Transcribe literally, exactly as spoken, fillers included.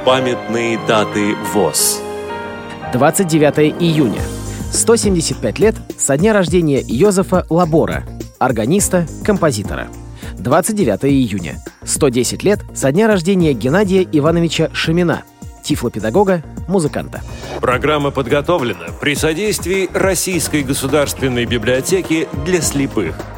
Памятные даты ВОС. двадцать девятое июня. сто семьдесят пять лет со дня рождения Йозефа Лабора, органиста, композитора. двадцать девятое июня. сто десять лет со дня рождения Геннадия Ивановича Шемина, тифлопедагога, музыканта. Программа подготовлена при содействии Российской государственной библиотеки для слепых.